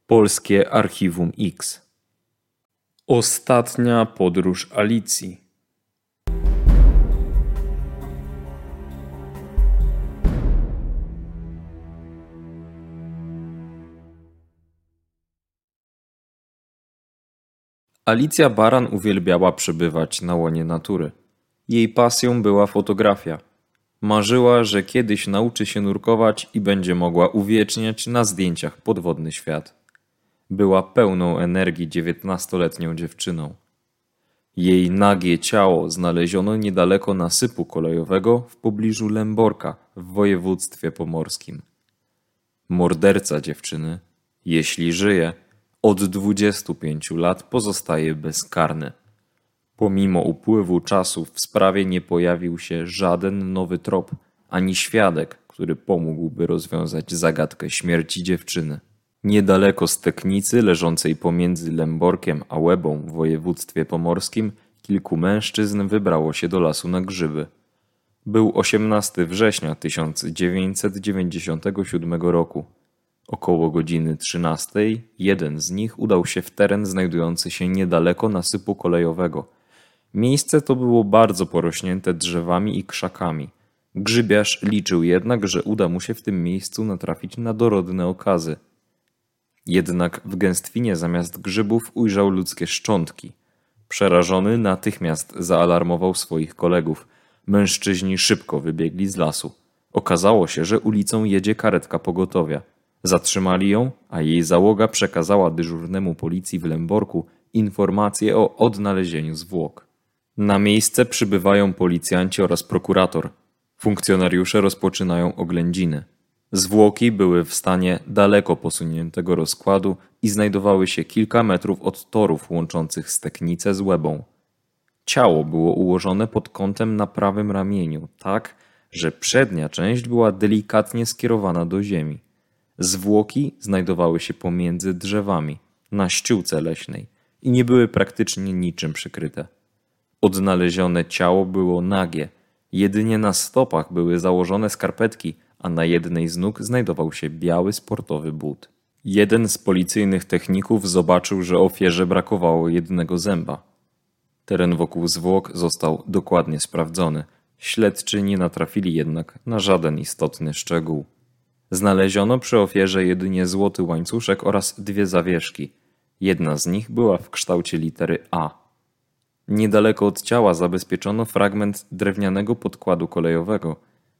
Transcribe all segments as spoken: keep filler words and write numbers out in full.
Polskie Archiwum X. Ostatnia podróż Alicji. Alicja Baran uwielbiała przebywać na łonie natury. Jej pasją była fotografia. Marzyła, że kiedyś nauczy się nurkować i będzie mogła uwieczniać na zdjęciach podwodny świat. Była pełną energii dziewiętnastoletnią dziewczyną. Jej nagie ciało znaleziono niedaleko nasypu kolejowego w pobliżu Lęborka w województwie pomorskim. Morderca dziewczyny, jeśli żyje, od dwudziestu pięciu lat pozostaje bezkarny. Pomimo upływu czasu w sprawie nie pojawił się żaden nowy trop, ani świadek, który pomógłby rozwiązać zagadkę śmierci dziewczyny. Niedaleko Steknicy, leżącej pomiędzy Lęborkiem a Łebą w województwie pomorskim, kilku mężczyzn wybrało się do lasu na grzyby. Był osiemnastego września tysiąc dziewięćset dziewięćdziesiątego siódmego roku. Około godziny trzynastej jeden z nich udał się w teren znajdujący się niedaleko nasypu kolejowego. Miejsce to było bardzo porośnięte drzewami i krzakami. Grzybiarz liczył jednak, że uda mu się w tym miejscu natrafić na dorodne okazy. Jednak w gęstwinie zamiast grzybów ujrzał ludzkie szczątki. Przerażony natychmiast zaalarmował swoich kolegów. Mężczyźni szybko wybiegli z lasu. Okazało się, że ulicą jedzie karetka pogotowia. Zatrzymali ją, a jej załoga przekazała dyżurnemu policji w Lęborku informację o odnalezieniu zwłok. Na miejsce przybywają policjanci oraz prokurator. Funkcjonariusze rozpoczynają oględziny. Zwłoki były w stanie daleko posuniętego rozkładu i znajdowały się kilka metrów od torów łączących Steknicę z Łebą. Ciało było ułożone pod kątem na prawym ramieniu, tak, że przednia część była delikatnie skierowana do ziemi. Zwłoki znajdowały się pomiędzy drzewami, na ściółce leśnej i nie były praktycznie niczym przykryte. Odnalezione ciało było nagie, jedynie na stopach były założone skarpetki, a na jednej z nóg znajdował się biały sportowy but. Jeden z policyjnych techników zobaczył, że ofierze brakowało jednego zęba. Teren wokół zwłok został dokładnie sprawdzony. Śledczy nie natrafili jednak na żaden istotny szczegół. Znaleziono przy ofierze jedynie złoty łańcuszek oraz dwie zawieszki. Jedna z nich była w kształcie litery A. Niedaleko od ciała zabezpieczono fragment drewnianego podkładu kolejowego.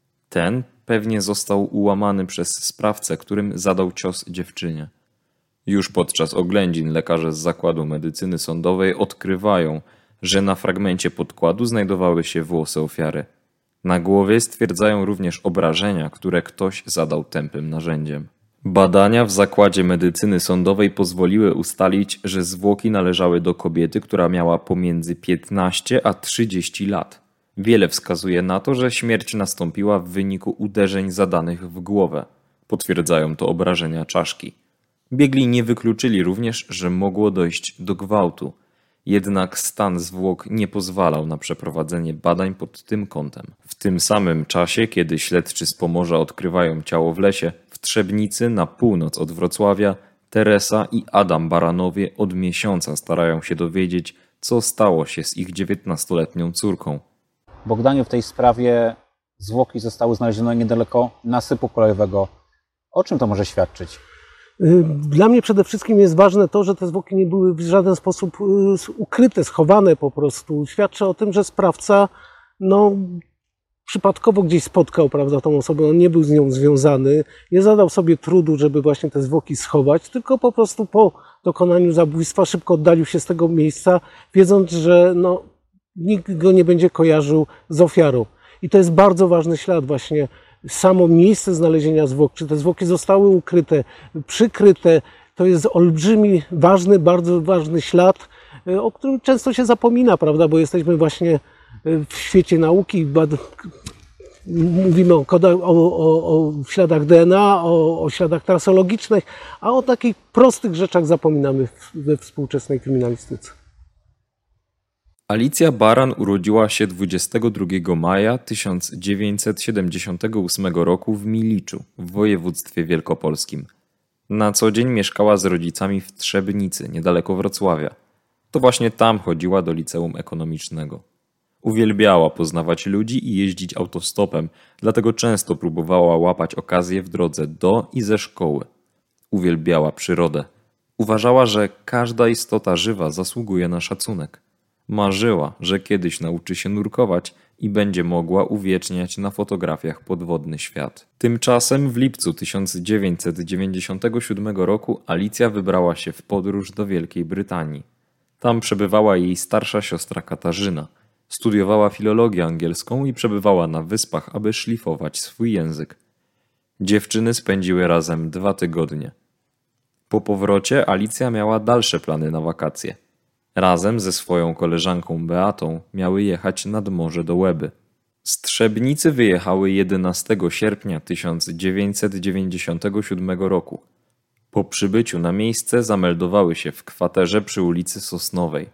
Ten pewnie został ułamany przez sprawcę, którym zadał cios dziewczynie. Już podczas oględzin lekarze z Zakładu Medycyny Sądowej odkrywają, że na fragmencie podkładu znajdowały się włosy ofiary. Na głowie stwierdzają również obrażenia, które ktoś zadał tępym narzędziem. Badania w Zakładzie Medycyny Sądowej pozwoliły ustalić, że zwłoki należały do kobiety, która miała pomiędzy piętnaście a trzydzieści lat. Wiele wskazuje na to, że śmierć nastąpiła w wyniku uderzeń zadanych w głowę. Potwierdzają to obrażenia czaszki. Biegli nie wykluczyli również, że mogło dojść do gwałtu. Jednak stan zwłok nie pozwalał na przeprowadzenie badań pod tym kątem. W tym samym czasie, kiedy śledczy z Pomorza odkrywają ciało w lesie, w Trzebnicy na północ od Wrocławia, Teresa i Adam Baranowie od miesiąca starają się dowiedzieć, co stało się z ich dziewiętnastoletnią córką. Bogdanie, w tej sprawie zwłoki zostały znalezione niedaleko nasypu kolejowego. O czym to może świadczyć? Dla mnie przede wszystkim jest ważne to, że te zwłoki nie były w żaden sposób ukryte, schowane po prostu. Świadczy o tym, że sprawca no, przypadkowo gdzieś spotkał, prawda, tą osobę, on nie był z nią związany, nie zadał sobie trudu, żeby właśnie te zwłoki schować, tylko po prostu po dokonaniu zabójstwa szybko oddalił się z tego miejsca, wiedząc, że no, nikt go nie będzie kojarzył z ofiarą. I to jest bardzo ważny ślad właśnie. Samo miejsce znalezienia zwłok, czy te zwłoki zostały ukryte, przykryte, to jest olbrzymi, ważny, bardzo ważny ślad, o którym często się zapomina, prawda, bo jesteśmy właśnie w świecie nauki, mówimy o, kodach, o, o, o śladach D N A, o, o śladach trasologicznych, a o takich prostych rzeczach zapominamy we współczesnej kryminalistyce. Alicja Baran urodziła się dwudziestego drugiego maja tysiąc dziewięćset siedemdziesiątego ósmego roku w Miliczu w województwie wielkopolskim. Na co dzień mieszkała z rodzicami w Trzebnicy, niedaleko Wrocławia. To właśnie tam chodziła do liceum ekonomicznego. Uwielbiała poznawać ludzi i jeździć autostopem, dlatego często próbowała łapać okazję w drodze do i ze szkoły. Uwielbiała przyrodę. Uważała, że każda istota żywa zasługuje na szacunek. Marzyła, że kiedyś nauczy się nurkować i będzie mogła uwieczniać na fotografiach podwodny świat. Tymczasem w lipcu tysiąc dziewięćset dziewięćdziesiątego siódmego roku Alicja wybrała się w podróż do Wielkiej Brytanii. Tam przebywała jej starsza siostra Katarzyna. Studiowała filologię angielską i przebywała na wyspach, aby szlifować swój język. Dziewczyny spędziły razem dwa tygodnie. Po powrocie Alicja miała dalsze plany na wakacje. Razem ze swoją koleżanką Beatą miały jechać nad morze do Łeby. Z Trzebnicy wyjechały jedenastego sierpnia tysiąc dziewięćset dziewięćdziesiątego siódmego roku. Po przybyciu na miejsce zameldowały się w kwaterze przy ulicy Sosnowej.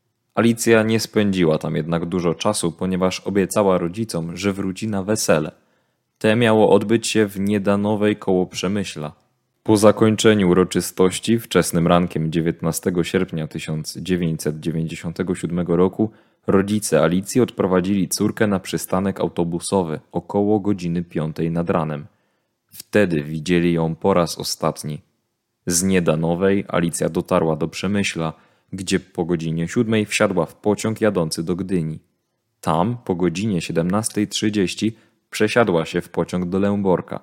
Alicja nie spędziła tam jednak dużo czasu, ponieważ obiecała rodzicom, że wróci na wesele. Te miało odbyć się w Niedanowej koło Przemyśla. Po zakończeniu uroczystości wczesnym rankiem dziewiętnastego sierpnia tysiąc dziewięćset dziewięćdziesiątego siódmego roku rodzice Alicji odprowadzili córkę na przystanek autobusowy około godziny piątej nad ranem. Wtedy widzieli ją po raz ostatni. Z Niedanowej Alicja dotarła do Przemyśla, gdzie po godzinie siódmej wsiadła w pociąg jadący do Gdyni. Tam po godzinie siedemnastej trzydzieści przesiadła się w pociąg do Lęborka.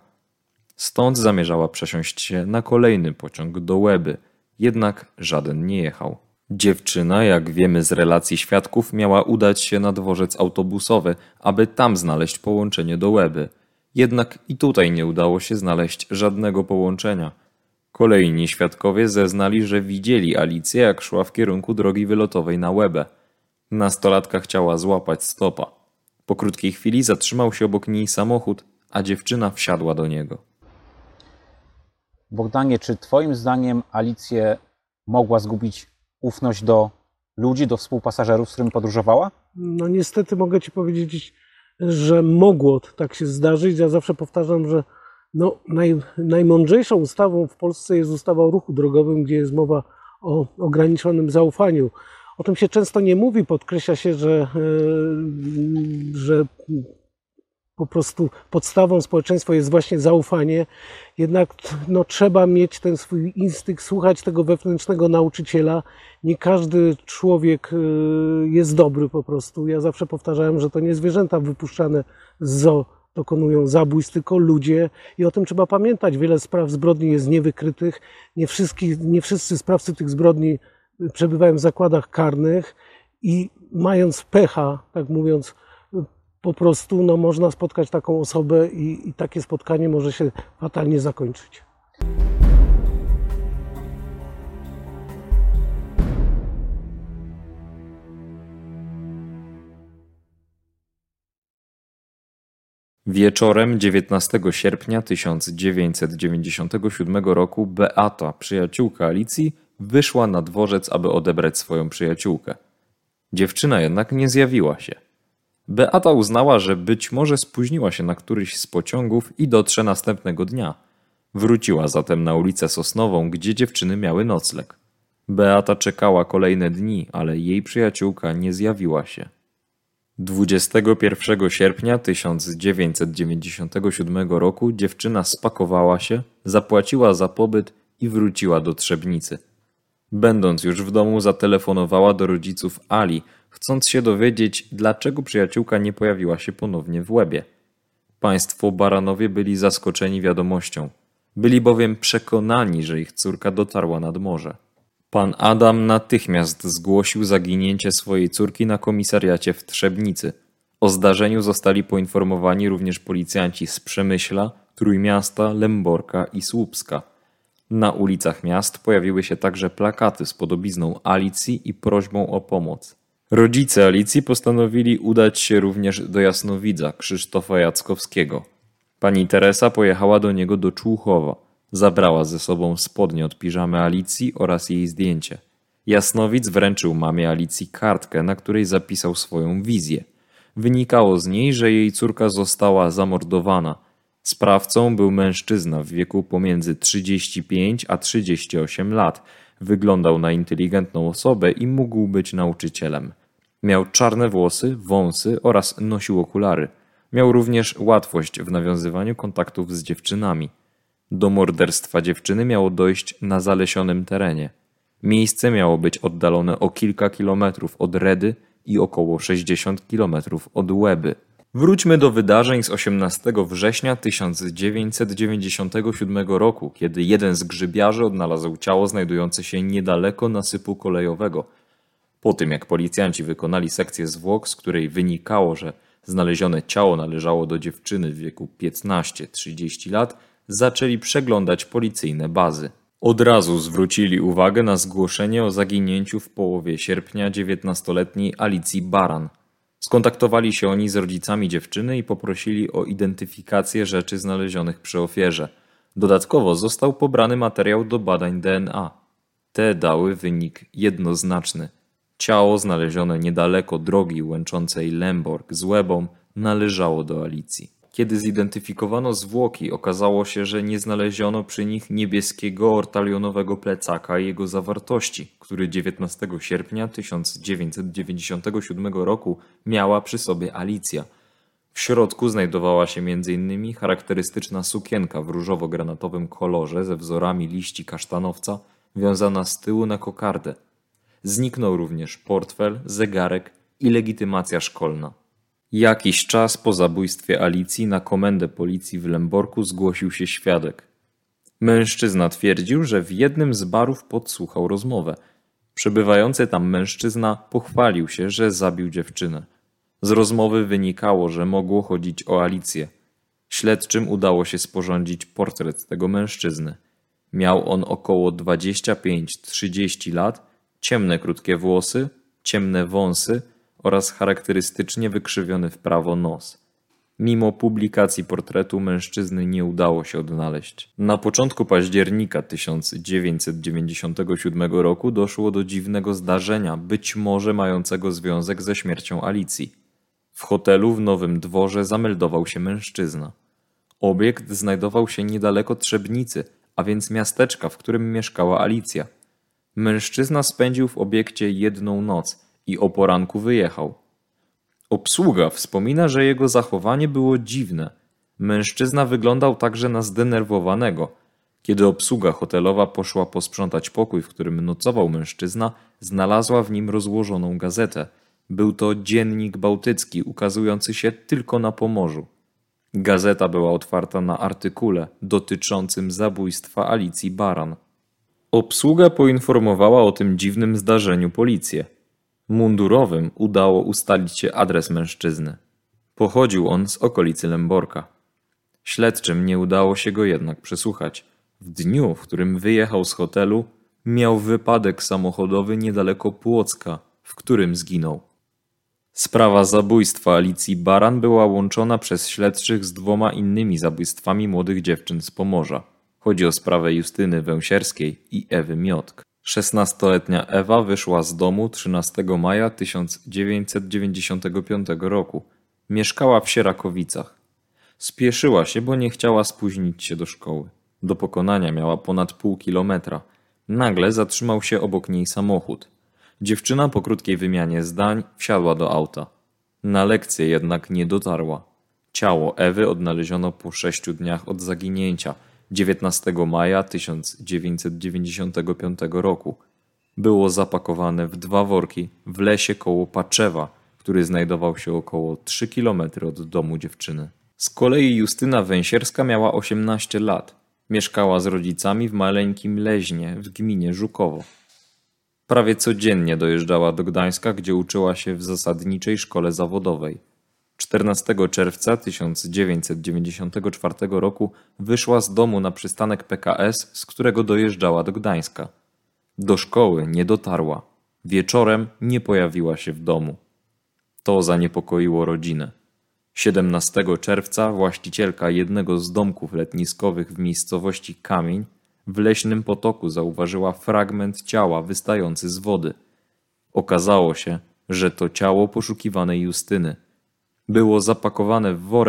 Stąd zamierzała przesiąść się na kolejny pociąg do Łeby, jednak żaden nie jechał. Dziewczyna, jak wiemy z relacji świadków, miała udać się na dworzec autobusowy, aby tam znaleźć połączenie do Łeby. Jednak i tutaj nie udało się znaleźć żadnego połączenia. Kolejni świadkowie zeznali, że widzieli Alicję, jak szła w kierunku drogi wylotowej na Łebę. Nastolatka chciała złapać stopa. Po krótkiej chwili zatrzymał się obok niej samochód, a dziewczyna wsiadła do niego. Bogdanie, czy twoim zdaniem Alicję mogła zgubić ufność do ludzi, do współpasażerów, z którymi podróżowała? No niestety mogę ci powiedzieć, że mogło tak się zdarzyć. Ja zawsze powtarzam, że no, naj, najmądrzejszą ustawą w Polsce jest ustawa o ruchu drogowym, gdzie jest mowa o ograniczonym zaufaniu. O tym się często nie mówi, podkreśla się, że, yy, że po prostu podstawą społeczeństwa jest właśnie zaufanie. Jednak no, trzeba mieć ten swój instynkt, słuchać tego wewnętrznego nauczyciela. Nie każdy człowiek yy, jest dobry po prostu. Ja zawsze powtarzałem, że to nie zwierzęta wypuszczane z zoo dokonują zabójstw, tylko ludzie i o tym trzeba pamiętać. Wiele spraw zbrodni jest niewykrytych. Nie, wszystkich, nie wszyscy sprawcy tych zbrodni przebywają w zakładach karnych i mając pecha, tak mówiąc, po prostu no, można spotkać taką osobę i, i takie spotkanie może się fatalnie zakończyć. Wieczorem dziewiętnastego sierpnia tysiąc dziewięćset dziewięćdziesiątego siódmego roku Beata, przyjaciółka Alicji, wyszła na dworzec, aby odebrać swoją przyjaciółkę. Dziewczyna jednak nie zjawiła się. Beata uznała, że być może spóźniła się na któryś z pociągów i dotrze następnego dnia. Wróciła zatem na ulicę Sosnową, gdzie dziewczyny miały nocleg. Beata czekała kolejne dni, ale jej przyjaciółka nie zjawiła się. dwudziestego pierwszego sierpnia tysiąc dziewięćset dziewięćdziesiątego siódmego roku dziewczyna spakowała się, zapłaciła za pobyt i wróciła do Trzebnicy. Będąc już w domu, zatelefonowała do rodziców Ali, chcąc się dowiedzieć, dlaczego przyjaciółka nie pojawiła się ponownie w Łebie. Państwo Baranowie byli zaskoczeni wiadomością. Byli bowiem przekonani, że ich córka dotarła nad morze. Pan Adam natychmiast zgłosił zaginięcie swojej córki na komisariacie w Trzebnicy. O zdarzeniu zostali poinformowani również policjanci z Przemyśla, Trójmiasta, Lęborka i Słupska. Na ulicach miast pojawiły się także plakaty z podobizną Alicji i prośbą o pomoc. Rodzice Alicji postanowili udać się również do jasnowidza Krzysztofa Jackowskiego. Pani Teresa pojechała do niego do Człuchowa. Zabrała ze sobą spodnie od piżamy Alicji oraz jej zdjęcie. Jasnowidz wręczył mamie Alicji kartkę, na której zapisał swoją wizję. Wynikało z niej, że jej córka została zamordowana. Sprawcą był mężczyzna w wieku pomiędzy trzydzieści pięć a trzydzieści osiem lat. Wyglądał na inteligentną osobę i mógł być nauczycielem. Miał czarne włosy, wąsy oraz nosił okulary. Miał również łatwość w nawiązywaniu kontaktów z dziewczynami. Do morderstwa dziewczyny miało dojść na zalesionym terenie. Miejsce miało być oddalone o kilka kilometrów od Redy i około sześćdziesiąt kilometrów od Łeby. Wróćmy do wydarzeń z osiemnastego września tysiąc dziewięćset dziewięćdziesiątego siódmego roku, kiedy jeden z grzybiarzy odnalazł ciało znajdujące się niedaleko nasypu kolejowego. Po tym jak policjanci wykonali sekcję zwłok, z której wynikało, że znalezione ciało należało do dziewczyny w wieku piętnaście trzydzieści lat, zaczęli przeglądać policyjne bazy. Od razu zwrócili uwagę na zgłoszenie o zaginięciu w połowie sierpnia dziewiętnastoletniej Alicji Baran. Skontaktowali się oni z rodzicami dziewczyny i poprosili o identyfikację rzeczy znalezionych przy ofierze. Dodatkowo został pobrany materiał do badań D N A. Te dały wynik jednoznaczny. Ciało znalezione niedaleko drogi łączącej Lemborg z Łebą należało do Alicji. Kiedy zidentyfikowano zwłoki, okazało się, że nie znaleziono przy nich niebieskiego ortalionowego plecaka i jego zawartości, który dziewiętnastego sierpnia tysiąc dziewięćset dziewięćdziesiątego siódmego roku miała przy sobie Alicja. W środku znajdowała się między innymi charakterystyczna sukienka w różowo-granatowym kolorze ze wzorami liści kasztanowca, wiązana z tyłu na kokardę. Zniknął również portfel, zegarek i legitymacja szkolna. Jakiś czas po zabójstwie Alicji na komendę policji w Lemborku zgłosił się świadek. Mężczyzna twierdził, że w jednym z barów podsłuchał rozmowę. Przebywający tam mężczyzna pochwalił się, że zabił dziewczynę. Z rozmowy wynikało, że mogło chodzić o Alicję. Śledczym udało się sporządzić portret tego mężczyzny. Miał on około dwadzieścia pięć trzydzieści lat, ciemne krótkie włosy, ciemne wąsy oraz charakterystycznie wykrzywiony w prawo nos. Mimo publikacji portretu mężczyzny nie udało się odnaleźć. Na początku października tysiąc dziewięćset dziewięćdziesiątego siódmego roku doszło do dziwnego zdarzenia, być może mającego związek ze śmiercią Alicji. W hotelu w Nowym Dworze zameldował się mężczyzna. Obiekt znajdował się niedaleko Trzebnicy, a więc miasteczka, w którym mieszkała Alicja. Mężczyzna spędził w obiekcie jedną noc i o poranku wyjechał. Obsługa wspomina, że jego zachowanie było dziwne. Mężczyzna wyglądał także na zdenerwowanego. Kiedy obsługa hotelowa poszła posprzątać pokój, w którym nocował mężczyzna, znalazła w nim rozłożoną gazetę. Był to Dziennik Bałtycki, ukazujący się tylko na Pomorzu. Gazeta była otwarta na artykule dotyczącym zabójstwa Alicji Baran. Obsługa poinformowała o tym dziwnym zdarzeniu policję. Mundurowym udało ustalić się adres mężczyzny. Pochodził on z okolicy Lemborka. Śledczym nie udało się go jednak przesłuchać. W dniu, w którym wyjechał z hotelu, miał wypadek samochodowy niedaleko Płocka, w którym zginął. Sprawa zabójstwa Alicji Baran była łączona przez śledczych z dwoma innymi zabójstwami młodych dziewczyn z Pomorza. Chodzi o sprawę Justyny Węsierskiej i Ewy Miotk. szesnastoletnia Ewa wyszła z domu trzynastego maja tysiąc dziewięćset dziewięćdziesiątego piątego roku. Mieszkała w Sierakowicach. Spieszyła się, bo nie chciała spóźnić się do szkoły. Do pokonania miała ponad pół kilometra. Nagle zatrzymał się obok niej samochód. Dziewczyna po krótkiej wymianie zdań wsiadła do auta. Na lekcję jednak nie dotarła. Ciało Ewy odnaleziono po sześciu dniach od zaginięcia, dziewiętnastego maja tysiąc dziewięćset dziewięćdziesiątego piątego roku. Było zapakowane w dwa worki w lesie koło Paczewa, który znajdował się około trzy kilometry od domu dziewczyny. Z kolei Justyna Węsierska miała osiemnaście lat. Mieszkała z rodzicami w maleńkim Leźnie w gminie Żukowo. Prawie codziennie dojeżdżała do Gdańska, gdzie uczyła się w zasadniczej szkole zawodowej. czternastego czerwca tysiąc dziewięćset dziewięćdziesiątego czwartego roku wyszła z domu na przystanek P K S, z którego dojeżdżała do Gdańska. Do szkoły nie dotarła. Wieczorem nie pojawiła się w domu. To zaniepokoiło rodzinę. siedemnastego czerwca właścicielka jednego z domków letniskowych w miejscowości Kamień w leśnym potoku zauważyła fragment ciała wystający z wody. Okazało się, że to ciało poszukiwanej Justyny. Było zapakowane w worek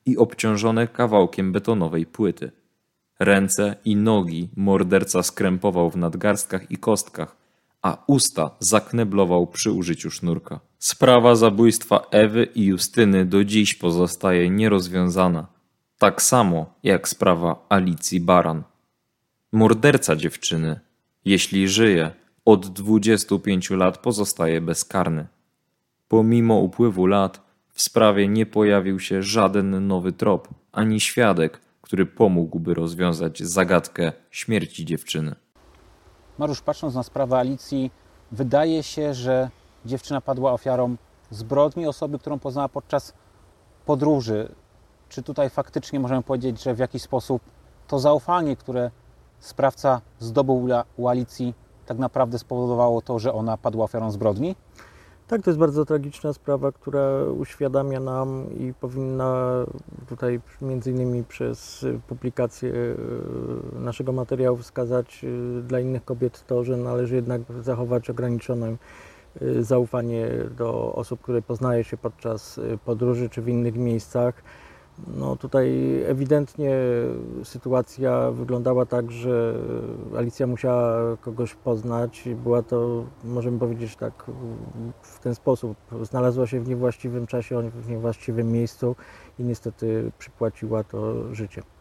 i obciążone kawałkiem betonowej płyty. Ręce i nogi morderca skrępował w nadgarstkach i kostkach, a usta zakneblował przy użyciu sznurka. Sprawa zabójstwa Ewy i Justyny do dziś pozostaje nierozwiązana, tak samo jak sprawa Alicji Baran. Morderca dziewczyny, jeśli żyje, od dwudziestu pięciu lat pozostaje bezkarny. Pomimo upływu lat w sprawie nie pojawił się żaden nowy trop, ani świadek, który pomógłby rozwiązać zagadkę śmierci dziewczyny. Mariusz, patrząc na sprawę Alicji, wydaje się, że dziewczyna padła ofiarą zbrodni osoby, którą poznała podczas podróży. Czy tutaj faktycznie możemy powiedzieć, że w jakiś sposób to zaufanie, które sprawca zdobył u Alicji, tak naprawdę spowodowało to, że ona padła ofiarą zbrodni? Tak, to jest bardzo tragiczna sprawa, która uświadamia nam i powinna tutaj między innymi przez publikację naszego materiału wskazać dla innych kobiet to, że należy jednak zachować ograniczone zaufanie do osób, które poznaje się podczas podróży czy w innych miejscach. No tutaj ewidentnie sytuacja wyglądała tak, że Alicja musiała kogoś poznać. Była to, możemy powiedzieć tak, w ten sposób. Znalazła się w niewłaściwym czasie, w niewłaściwym miejscu i niestety przypłaciła to życie.